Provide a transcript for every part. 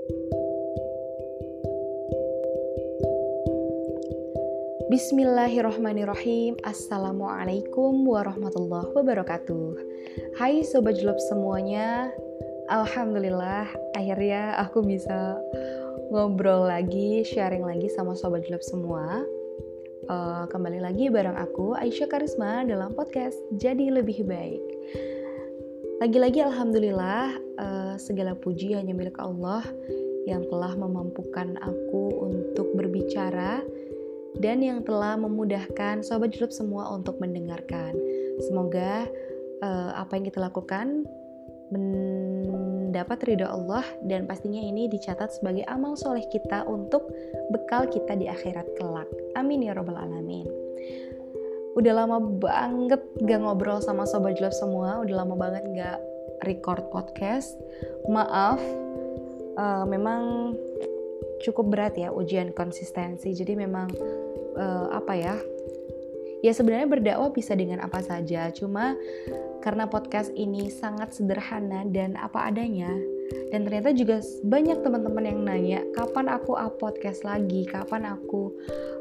Bismillahirrahmanirrahim. Assalamualaikum warahmatullahi wabarakatuh. Hai Sobat Jelop semuanya. Alhamdulillah akhirnya aku bisa ngobrol lagi, sharing lagi sama Sobat Jelop semua. Kembali lagi bareng aku Aisyah Karisma dalam podcast Jadi Lebih Baik. Lagi-lagi alhamdulillah segala puji hanya milik Allah yang telah memampukan aku untuk berbicara dan yang telah memudahkan Sobat Jelop semua untuk mendengarkan. Semoga apa yang kita lakukan mendapat ridho Allah dan pastinya ini dicatat sebagai amal soleh kita untuk bekal kita di akhirat kelak. Amin ya robbal alamin. Udah lama banget gak ngobrol sama Sobat Jelop semua, udah lama banget gak record podcast. Maaf, memang cukup berat ya ujian konsistensi. Jadi memang ya sebenarnya berdakwah bisa dengan apa saja, cuma karena podcast ini sangat sederhana dan apa adanya, dan ternyata juga banyak teman-teman yang nanya kapan aku up podcast lagi, kapan aku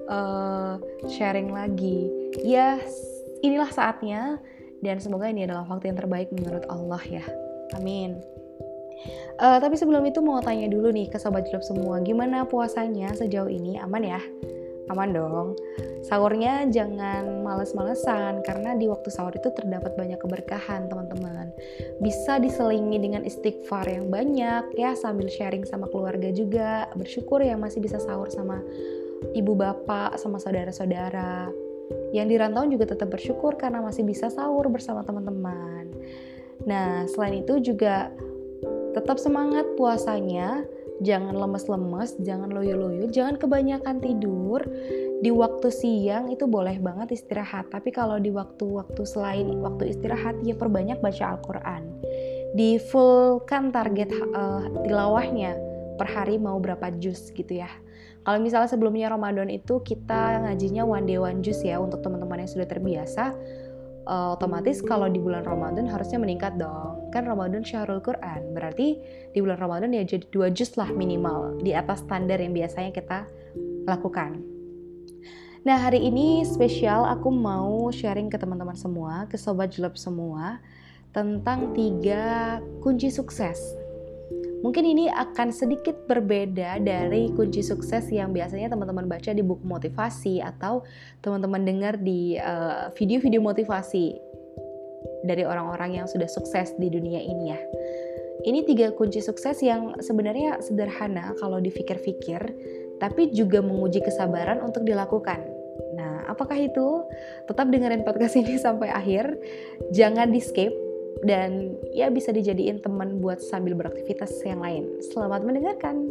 sharing lagi. Ya inilah saatnya dan semoga ini adalah waktu yang terbaik menurut Allah ya, amin. Tapi sebelum itu mau tanya dulu nih ke Sobat Jelop semua, gimana puasanya sejauh ini? Aman ya? Aman dong. Sahurnya jangan males-malesan, karena di waktu sahur itu terdapat banyak keberkahan teman-teman. Bisa diselingi dengan istighfar yang banyak ya, sambil sharing sama keluarga juga. Bersyukur yang masih bisa sahur sama ibu bapak, sama saudara-saudara. Yang di rantau juga tetap bersyukur karena masih bisa sahur bersama teman-teman. Nah, selain itu juga tetap semangat puasanya. Jangan lemes-lemes, jangan loyo-loyo, jangan kebanyakan tidur. Di waktu siang itu boleh banget istirahat, tapi kalau di waktu-waktu selain waktu istirahat ya perbanyak baca Al-Quran. Di fullkan target tilawahnya per hari mau berapa juz gitu ya. Kalau misalnya sebelumnya Ramadan itu kita ngajinya one day one juz ya untuk teman-teman yang sudah terbiasa, otomatis kalau di bulan Ramadan harusnya meningkat dong. Kan Ramadan Syahrul Quran, berarti di bulan Ramadan ya jadi 2 juz lah minimal, di atas standar yang biasanya kita lakukan. Nah, hari ini spesial aku mau sharing ke teman-teman semua, ke Sobat Jelop semua, tentang 3 kunci sukses. Mungkin ini akan sedikit berbeda dari kunci sukses yang biasanya teman-teman baca di buku motivasi atau teman-teman dengar di video-video motivasi dari orang-orang yang sudah sukses di dunia ini ya. Ini 3 kunci sukses yang sebenarnya sederhana kalau dipikir-pikir, tapi juga menguji kesabaran untuk dilakukan. Nah, apakah itu? Tetap dengerin podcast ini sampai akhir, jangan di-skip. Dan ya bisa dijadiin teman buat sambil beraktivitas yang lain. Selamat mendengarkan.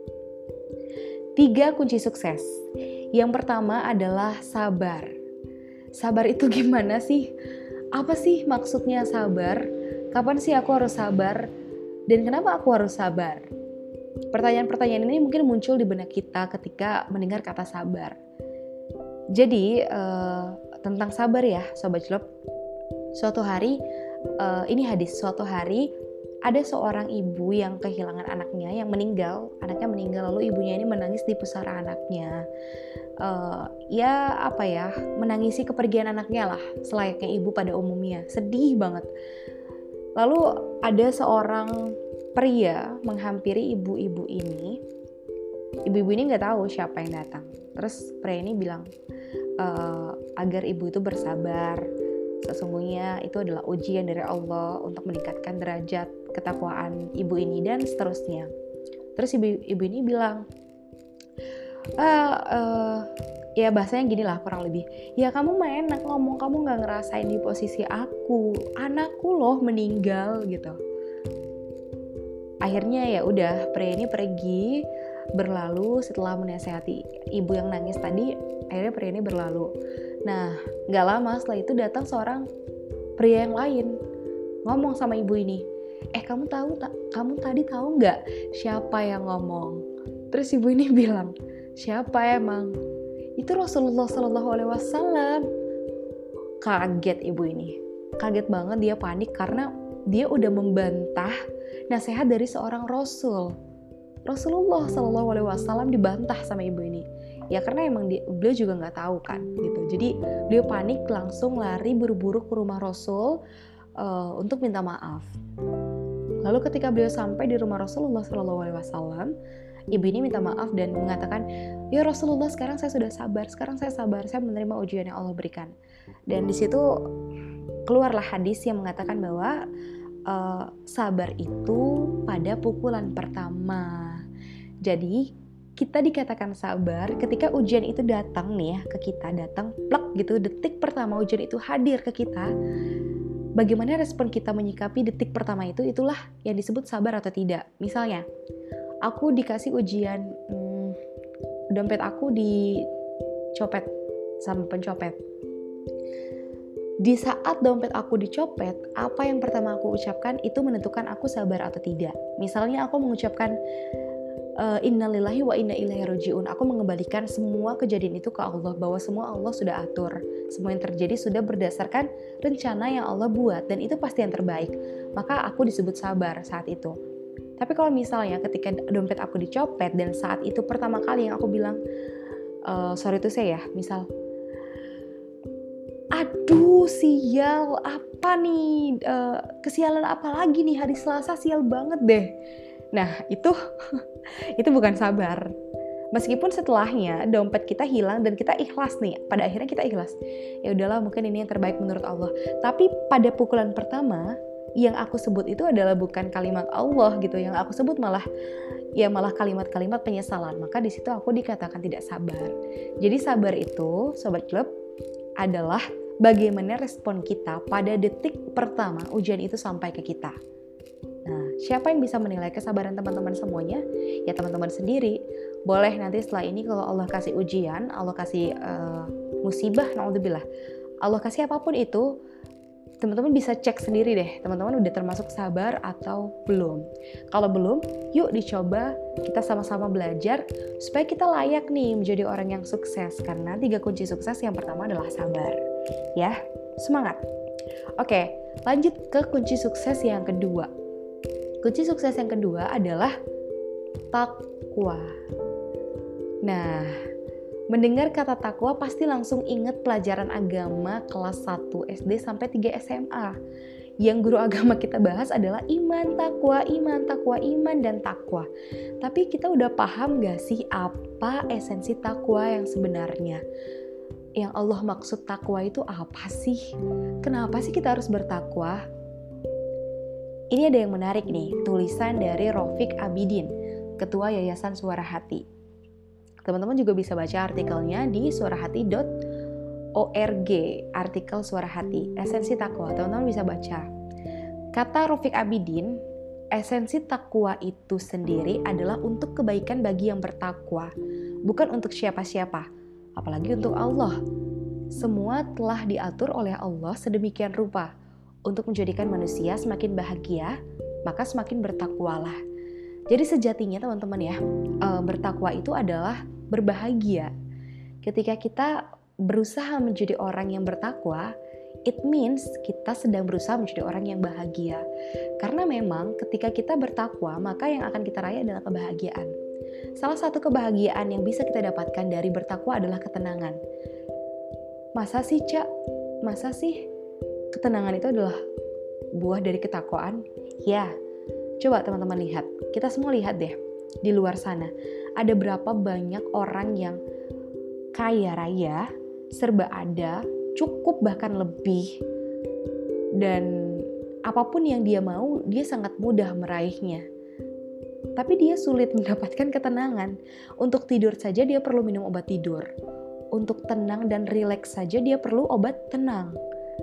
3 kunci sukses. Yang pertama adalah sabar. Sabar itu gimana sih? Apa sih maksudnya sabar? Kapan sih aku harus sabar? Dan kenapa aku harus sabar? Pertanyaan-pertanyaan ini mungkin muncul di benak kita ketika mendengar kata sabar. Jadi tentang sabar ya Sobat Jelop. Suatu hari suatu hari ada seorang ibu yang kehilangan anaknya yang meninggal. Anaknya meninggal, lalu ibunya ini menangis di pusara anaknya. Menangisi kepergian anaknya lah, selayaknya ibu pada umumnya. Sedih banget. Lalu ada seorang pria menghampiri ibu-ibu ini. Ibu-ibu ini nggak tahu siapa yang datang. Terus pria ini bilang agar ibu itu bersabar. Sesungguhnya itu adalah ujian dari Allah untuk meningkatkan derajat ketakwaan ibu ini dan seterusnya. Terus ibu ini bilang, ya bahasanya gini lah kurang lebih. Ya kamu mah enak ngomong, kamu nggak ngerasain di posisi aku, anakku loh meninggal gitu. Akhirnya ya udah pria ini pergi berlalu setelah menasehati ibu yang nangis tadi. Akhirnya pria ini berlalu. Nah, gak lama setelah itu datang seorang pria yang lain ngomong sama ibu ini, kamu tadi tahu nggak siapa yang ngomong? Terus ibu ini bilang, siapa emang? Itu Rasulullah SAW. Kaget ibu ini, kaget banget, dia panik karena dia udah membantah nasihat dari seorang Rasul. Rasulullah Shallallahu Alaihi Wasallam dibantah sama ibu ini. Ya karena emang beliau juga nggak tahu kan gitu. Jadi beliau panik langsung lari buru-buru ke rumah Rasul untuk minta maaf. Lalu ketika beliau sampai di rumah Rasulullah Shallallahu Alaihi Wasallam, ibu ini minta maaf dan mengatakan, ya Rasulullah, sekarang saya sudah sabar, saya menerima ujian yang Allah berikan. Dan di situ keluarlah hadis yang mengatakan bahwa sabar itu pada pukulan pertama. Jadi kita dikatakan sabar ketika ujian itu datang nih ya ke kita, datang plek gitu, detik pertama ujian itu hadir ke kita. Bagaimana respon kita menyikapi detik pertama itu, itulah yang disebut sabar atau tidak. Misalnya, aku dikasih ujian, dompet aku dicopet sama pencopet. Di saat dompet aku dicopet, apa yang pertama aku ucapkan itu menentukan aku sabar atau tidak. Misalnya aku mengucapkan innalillahi wa inna ilaihi rajiun. Aku mengembalikan semua kejadian itu ke Allah, bahwa semua Allah sudah atur. Semua yang terjadi sudah berdasarkan rencana yang Allah buat dan itu pasti yang terbaik. Maka aku disebut sabar saat itu. Tapi kalau misalnya ketika dompet aku dicopet dan saat itu pertama kali yang aku bilang sorry to say ya, misal, aduh sial apa nih, kesialan apa lagi nih, hari Selasa sial banget deh. Nah itu bukan sabar. Meskipun setelahnya dompet kita hilang dan kita ikhlas nih, pada akhirnya kita ikhlas. Ya udahlah, mungkin ini yang terbaik menurut Allah. Tapi pada pukulan pertama yang aku sebut itu adalah bukan kalimat Allah gitu. Yang aku sebut malah kalimat-kalimat penyesalan. Maka di situ aku dikatakan tidak sabar. Jadi sabar itu, sobat klub, adalah bagaimana respon kita pada detik pertama ujian itu sampai ke kita. Nah, siapa yang bisa menilai kesabaran teman-teman semuanya? Ya teman-teman sendiri. Boleh nanti setelah ini kalau Allah kasih ujian, Allah kasih musibah, naudzubillah, Allah kasih apapun itu, teman-teman bisa cek sendiri deh, teman-teman udah termasuk sabar atau belum. Kalau belum, yuk dicoba, kita sama-sama belajar supaya kita layak nih menjadi orang yang sukses. Karena 3 kunci sukses yang pertama adalah sabar. Ya, semangat. Oke, lanjut ke kunci sukses yang kedua. Kunci sukses yang kedua adalah takwa. Nah, mendengar kata takwa pasti langsung ingat pelajaran agama kelas 1 SD sampai 3 SMA. Yang guru agama kita bahas adalah iman, takwa, iman, dan takwa. Tapi kita udah paham gak sih apa esensi takwa yang sebenarnya? Yang Allah maksud takwa itu apa sih? Kenapa sih kita harus bertakwa? Ini ada yang menarik nih, tulisan dari Rafiq Abidin, Ketua Yayasan Suara Hati. Teman-teman juga bisa baca artikelnya di suarahati.org, artikel Suara Hati, esensi takwa. Teman-teman bisa baca. Kata Rafiq Abidin, esensi takwa itu sendiri adalah untuk kebaikan bagi yang bertakwa, bukan untuk siapa-siapa, apalagi untuk Allah. Semua telah diatur oleh Allah sedemikian rupa untuk menjadikan manusia semakin bahagia, maka semakin bertakwalah. Jadi sejatinya teman-teman ya, bertakwa itu adalah berbahagia. Ketika kita berusaha menjadi orang yang bertakwa, it means kita sedang berusaha menjadi orang yang bahagia. Karena memang ketika kita bertakwa, maka yang akan kita raih adalah kebahagiaan. Salah satu kebahagiaan yang bisa kita dapatkan dari bertakwa adalah ketenangan. Masa sih, Cak? Masa sih ketenangan itu adalah buah dari ketakwaan? Ya, coba teman-teman lihat. Kita semua lihat deh, di luar sana. Ada berapa banyak orang yang kaya raya, serba ada, cukup bahkan lebih. Dan apapun yang dia mau, dia sangat mudah meraihnya. Tapi dia sulit mendapatkan ketenangan. Untuk tidur saja dia perlu minum obat tidur. Untuk tenang dan rileks saja dia perlu obat tenang.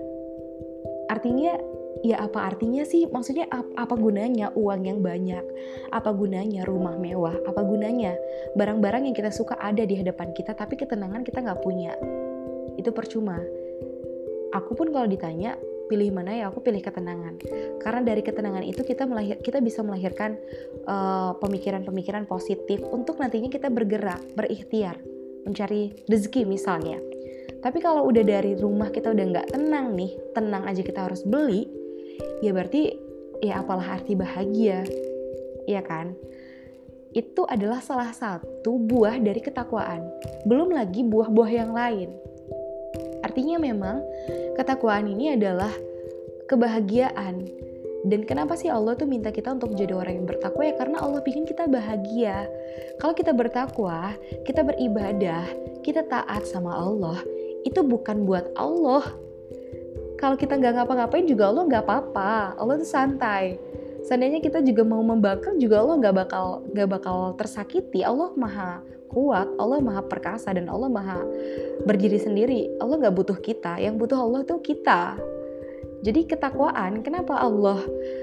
Artinya, ya apa artinya sih? Maksudnya apa gunanya uang yang banyak? Apa gunanya rumah mewah? Apa gunanya barang-barang yang kita suka ada di hadapan kita tapi ketenangan kita nggak punya? Itu percuma. Aku pun kalau ditanya pilih mana, ya aku pilih ketenangan. Karena dari ketenangan itu kita bisa melahirkan pemikiran-pemikiran positif untuk nantinya kita bergerak, berikhtiar, mencari rezeki misalnya. Tapi kalau udah dari rumah kita udah nggak tenang nih, tenang aja kita harus beli, ya berarti ya apalah arti bahagia, ya kan? itu adalah salah satu buah dari ketakwaan. Belum lagi buah-buah yang lain. Artinya memang ketakwaan ini adalah kebahagiaan. Dan kenapa sih Allah tuh minta kita untuk jadi orang yang bertakwa? Ya karena Allah ingin kita bahagia. Kalau kita bertakwa, kita beribadah, kita taat sama Allah, itu bukan buat Allah. Kalau kita nggak ngapa-ngapain juga Allah nggak apa-apa. Allah tuh santai. Seandainya kita juga mau membangkang juga Allah nggak bakal tersakiti. Allah maha kuat, Allah maha perkasa, dan Allah maha berdiri sendiri. Allah nggak butuh kita, yang butuh Allah tuh kita. Jadi ketakwaan, kenapa Allah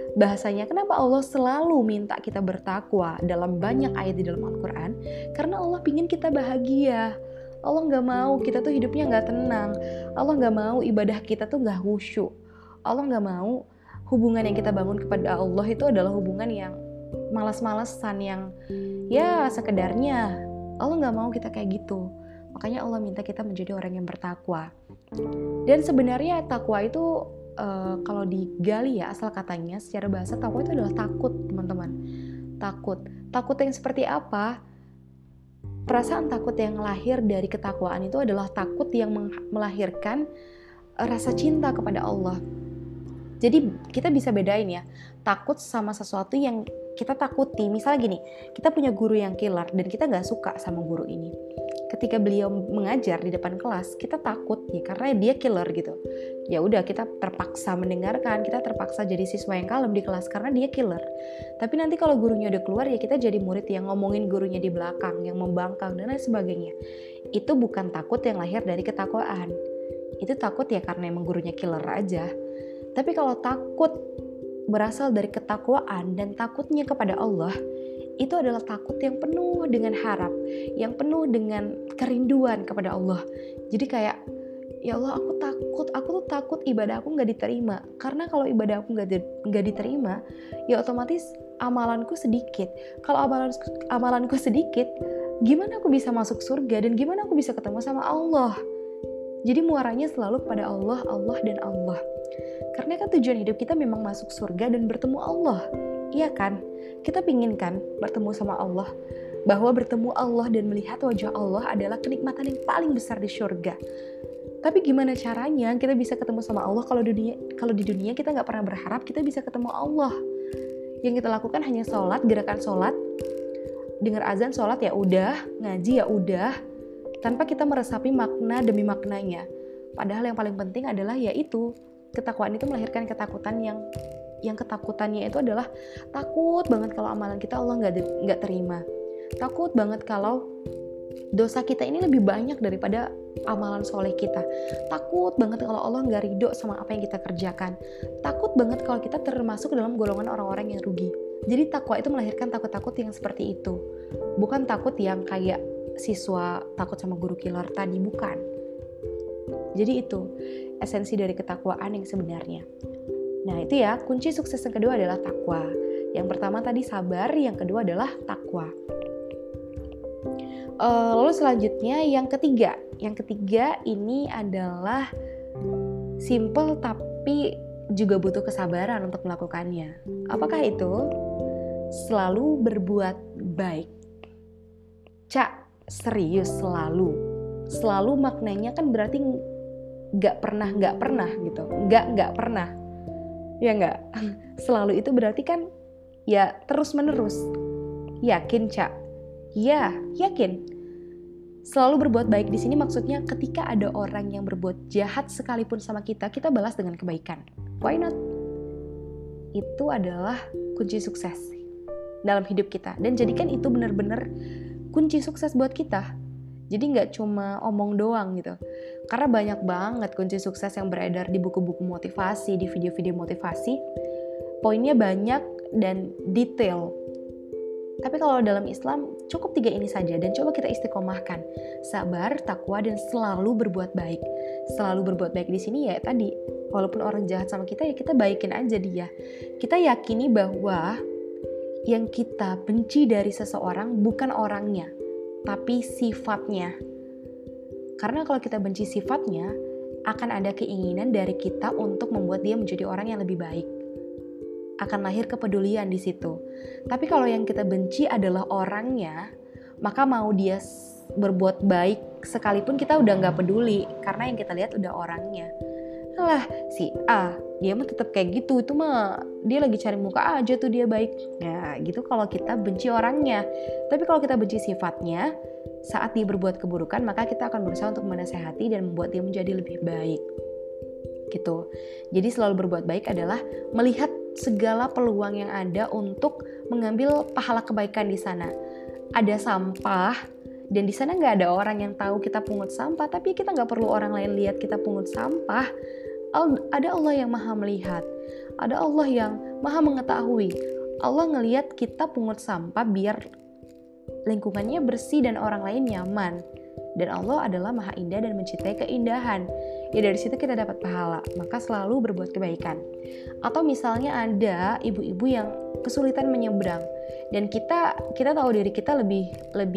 selalu minta kita bertakwa dalam banyak ayat di dalam Al-Quran? Karena Allah ingin kita bahagia. Allah nggak mau kita tuh hidupnya nggak tenang. Allah nggak mau ibadah kita tuh nggak khusyuk. Allah nggak mau hubungan yang kita bangun kepada Allah itu adalah hubungan yang malas-malesan, yang ya sekedarnya. Allah nggak mau kita kayak gitu. Makanya Allah minta kita menjadi orang yang bertakwa. Dan sebenarnya takwa itu kalau digali ya asal katanya secara bahasa, takwa itu adalah takut, teman-teman. Takut yang seperti apa? Perasaan takut yang lahir dari ketakwaan itu adalah takut yang melahirkan rasa cinta kepada Allah. Jadi kita bisa bedain ya, takut sama sesuatu yang kita takuti. Misalnya gini, kita punya guru yang killer dan kita gak suka sama guru ini. Ketika beliau mengajar di depan kelas, kita takut ya karena dia killer gitu. Ya udah, kita terpaksa mendengarkan, kita terpaksa jadi siswa yang kalem di kelas karena dia killer. Tapi nanti kalau gurunya udah keluar ya kita jadi murid yang ngomongin gurunya di belakang, yang membangkang dan lain sebagainya. Itu bukan takut yang lahir dari ketakwaan. Itu takut ya karena emang gurunya killer aja. Tapi kalau takut berasal dari ketakwaan dan takutnya kepada Allah, itu adalah takut yang penuh dengan harap, yang penuh dengan kerinduan kepada Allah. Jadi kayak, ya Allah, aku tuh takut ibadah aku nggak diterima. Karena kalau ibadah aku nggak diterima, ya otomatis amalanku sedikit. Kalau amalanku sedikit, gimana aku bisa masuk surga dan gimana aku bisa ketemu sama Allah? Jadi muaranya selalu pada Allah, Allah, dan Allah. Karena kan tujuan hidup kita memang masuk surga dan bertemu Allah. Iya kan? Kita pingin kan bertemu sama Allah, bahwa bertemu Allah dan melihat wajah Allah adalah kenikmatan yang paling besar di surga. Tapi gimana caranya kita bisa ketemu sama Allah kalau di dunia kita nggak pernah berharap kita bisa ketemu Allah? Yang kita lakukan hanya sholat, gerakan sholat, dengar azan sholat ya udah, ngaji ya udah, tanpa kita meresapi makna demi maknanya. Padahal yang paling penting adalah yaitu ketakwaan itu melahirkan ketakutan yang ketakutannya itu adalah takut banget kalau amalan kita Allah nggak terima. Takut banget kalau dosa kita ini lebih banyak daripada amalan soleh kita. Takut banget kalau Allah nggak ridho sama apa yang kita kerjakan. Takut banget kalau kita termasuk dalam golongan orang-orang yang rugi. Jadi takwa itu melahirkan takut-takut yang seperti itu. Bukan takut yang kayak siswa takut sama guru killer tadi, bukan. Jadi itu esensi dari ketakwaan yang sebenarnya. Nah itu ya, kunci sukses yang kedua adalah takwa. Yang pertama tadi sabar, yang kedua adalah takwa. Lalu selanjutnya yang ketiga. Yang ketiga ini adalah simple tapi juga butuh kesabaran untuk melakukannya. Apakah itu? Selalu berbuat baik. Cak, serius selalu. Selalu maknanya kan berarti nggak pernah gitu. Nggak pernah. Ya nggak? Selalu itu berarti kan ya terus menerus. Yakin, Cak? Ya, yakin. Selalu berbuat baik di sini maksudnya ketika ada orang yang berbuat jahat sekalipun sama kita, kita balas dengan kebaikan. Why not? Itu adalah kunci sukses dalam hidup kita. Dan jadikan itu benar-benar kunci sukses buat kita. Jadi nggak cuma omong doang gitu. Karena banyak banget kunci sukses yang beredar di buku-buku motivasi, di video-video motivasi. Poinnya banyak dan detail. Tapi kalau dalam Islam cukup 3 ini saja dan coba kita istiqomahkan. Sabar, takwa, dan selalu berbuat baik. Selalu berbuat baik di sini ya tadi. Walaupun orang jahat sama kita ya kita baikin aja dia. Kita yakini bahwa yang kita benci dari seseorang bukan orangnya, tapi sifatnya. Karena kalau kita benci sifatnya, akan ada keinginan dari kita untuk membuat dia menjadi orang yang lebih baik. akan lahir kepedulian di situ. Tapi kalau yang kita benci adalah orangnya, maka mau dia berbuat baik sekalipun kita udah nggak peduli, karena yang kita lihat udah orangnya. Alah, si A, dia mah tetap kayak gitu, itu mah dia lagi cari muka aja tuh dia baik. Ya gitu kalau kita benci orangnya. Tapi kalau kita benci sifatnya, saat dia berbuat keburukan, maka kita akan berusaha untuk menasehati dan membuat dia menjadi lebih baik. Gitu. Jadi selalu berbuat baik adalah melihat segala peluang yang ada untuk mengambil pahala kebaikan di sana. Ada sampah, dan di sana nggak ada orang yang tahu kita pungut sampah, tapi kita nggak perlu orang lain lihat kita pungut sampah. Ada Allah yang maha melihat, ada Allah yang maha mengetahui. Allah ngelihat kita pungut sampah biar lingkungannya bersih dan orang lain nyaman. Dan Allah adalah maha indah dan mencintai keindahan. Ya dari situ kita dapat pahala, maka selalu berbuat kebaikan. Atau misalnya ada ibu-ibu yang kesulitan menyeberang, dan kita tahu diri kita lebih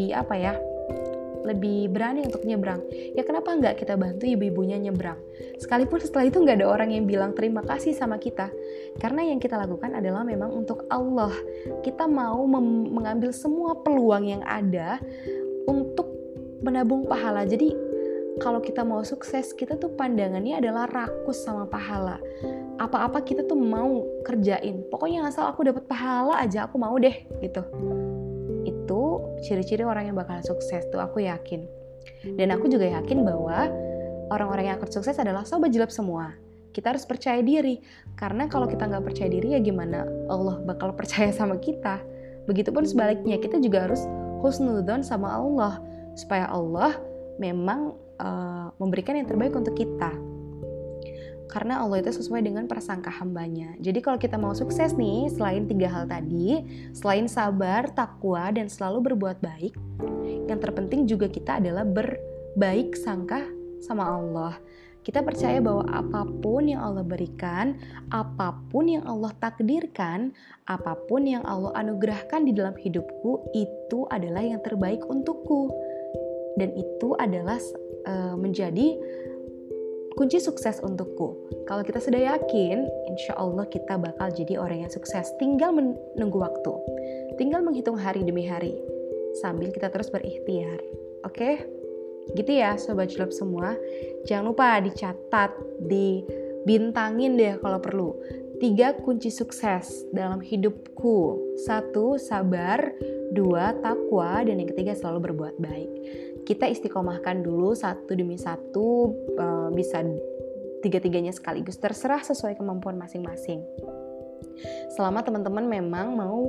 lebih berani untuk nyebrang. Ya kenapa nggak kita bantu ibu-ibunya nyebrang? Sekalipun setelah itu nggak ada orang yang bilang terima kasih sama kita. Karena yang kita lakukan adalah memang untuk Allah. Kita mau mengambil semua peluang yang ada untuk menabung pahala. Jadi kalau kita mau sukses, kita tuh pandangannya adalah rakus sama pahala. Apa-apa kita tuh mau kerjain. Pokoknya asal aku dapat pahala aja, aku mau deh gitu. Itu ciri-ciri orang yang bakal sukses tuh, aku yakin. Dan aku juga yakin bahwa orang-orang yang akan sukses adalah sobat jelab semua. Kita harus percaya diri, karena kalau kita nggak percaya diri ya gimana Allah bakal percaya sama kita. Begitupun sebaliknya, kita juga harus husnudzon sama Allah, supaya Allah memang memberikan yang terbaik untuk kita. Karena Allah itu sesuai dengan prasangka hambanya. Jadi kalau kita mau sukses nih, selain 3 hal tadi, selain sabar, takwa, dan selalu berbuat baik, yang terpenting juga kita adalah berbaik sangka sama Allah. Kita percaya bahwa apapun yang Allah berikan, apapun yang Allah takdirkan, apapun yang Allah anugerahkan di dalam hidupku, itu adalah yang terbaik untukku. Dan itu adalah menjadi kunci sukses untukku. Kalau kita sudah yakin, insya Allah kita bakal jadi orang yang sukses. Tinggal menunggu waktu, tinggal menghitung hari demi hari, sambil kita terus berikhtiar. Oke? Gitu ya sobat jelab semua. Jangan lupa dicatat, dibintangin deh kalau perlu. 3 kunci sukses dalam hidupku. 1, sabar. 2, takwa. Dan yang ketiga, selalu berbuat baik. Kita istiqomahkan dulu satu demi satu, bisa 3-3-nya sekaligus, terserah sesuai kemampuan masing-masing. Selama teman-teman memang mau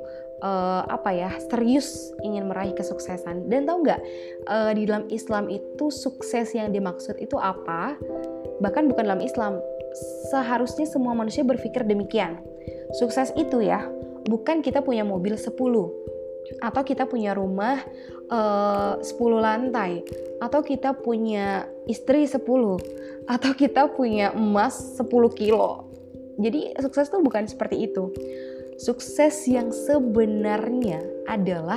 serius ingin meraih kesuksesan. Dan tahu nggak, di dalam Islam itu sukses yang dimaksud itu apa? Bahkan bukan dalam Islam, seharusnya semua manusia berpikir demikian. Sukses itu ya, bukan kita punya mobil 10, atau kita punya rumah 10 lantai, atau kita punya istri 10, atau kita punya emas 10 kilo. Jadi sukses itu bukan seperti itu. Sukses yang sebenarnya adalah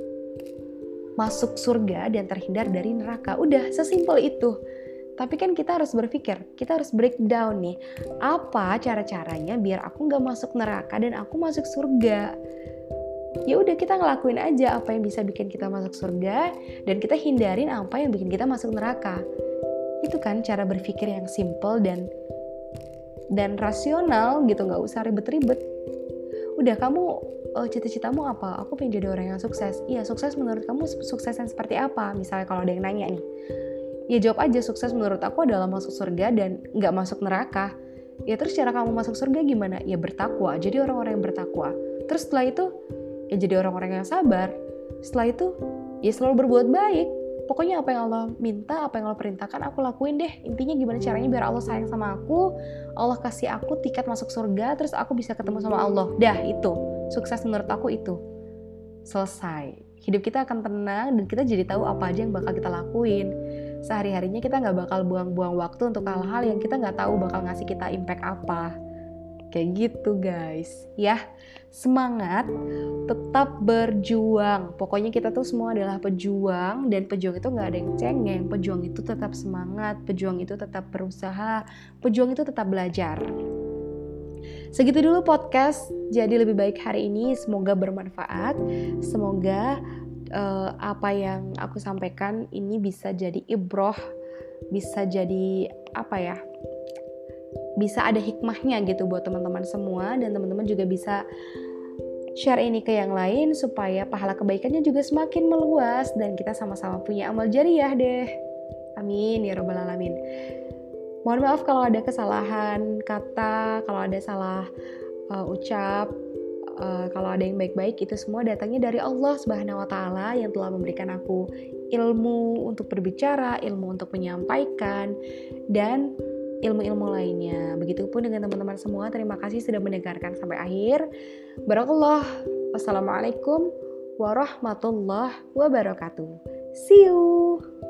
masuk surga dan terhindar dari neraka. Udah, sesimpel itu. Tapi kan kita harus berpikir, kita harus breakdown nih. Apa cara-caranya biar aku gak masuk neraka dan aku masuk surga? Ya udah, kita ngelakuin aja apa yang bisa bikin kita masuk surga, dan kita hindarin apa yang bikin kita masuk neraka. Itu kan cara berpikir yang simple dan rasional gitu, nggak usah ribet-ribet. Udah, kamu cita-citamu apa? Aku pengen jadi orang yang sukses. Iya, sukses menurut kamu sukses yang seperti apa? Misalnya kalau ada yang nanya nih, ya jawab aja, sukses menurut aku adalah masuk surga dan nggak masuk neraka. Ya terus cara kamu masuk surga gimana? Ya bertakwa, jadi orang-orang yang bertakwa. Terus setelah itu ya jadi orang-orang yang sabar. Setelah itu ya selalu berbuat baik. Pokoknya apa yang Allah minta, apa yang Allah perintahkan, aku lakuin deh. Intinya gimana caranya biar Allah sayang sama aku, Allah kasih aku tiket masuk surga, terus aku bisa ketemu sama Allah. Dah, itu sukses menurut aku itu. Selesai. Hidup kita akan tenang dan kita jadi tahu apa aja yang bakal kita lakuin. Sehari-harinya kita gak bakal buang-buang waktu untuk hal-hal yang kita gak tahu bakal ngasih kita impact apa. Kayak gitu guys. Ya, semangat, tetap berjuang. Pokoknya kita tuh semua adalah pejuang, dan pejuang itu gak ada yang cengeng. Pejuang itu tetap semangat, pejuang itu tetap berusaha, pejuang itu tetap belajar. Segitu dulu podcast Jadi Lebih Baik hari ini. Semoga bermanfaat. Semoga apa yang aku sampaikan ini bisa jadi ibroh, bisa jadi bisa ada hikmahnya gitu buat teman-teman semua, dan teman-teman juga bisa share ini ke yang lain supaya pahala kebaikannya juga semakin meluas dan kita sama-sama punya amal jariah deh. Amin ya rabbal alamin. Mohon maaf kalau ada kesalahan kata, kalau ada salah ucap, kalau ada yang baik-baik, itu semua datangnya dari Allah Subhanahu wa Ta'ala yang telah memberikan aku ilmu untuk berbicara, ilmu untuk menyampaikan, dan ilmu-ilmu lainnya. Begitupun dengan teman-teman semua. Terima kasih sudah mendengarkan sampai akhir. Barakallah. Wassalamualaikum warahmatullahi wabarakatuh. See you.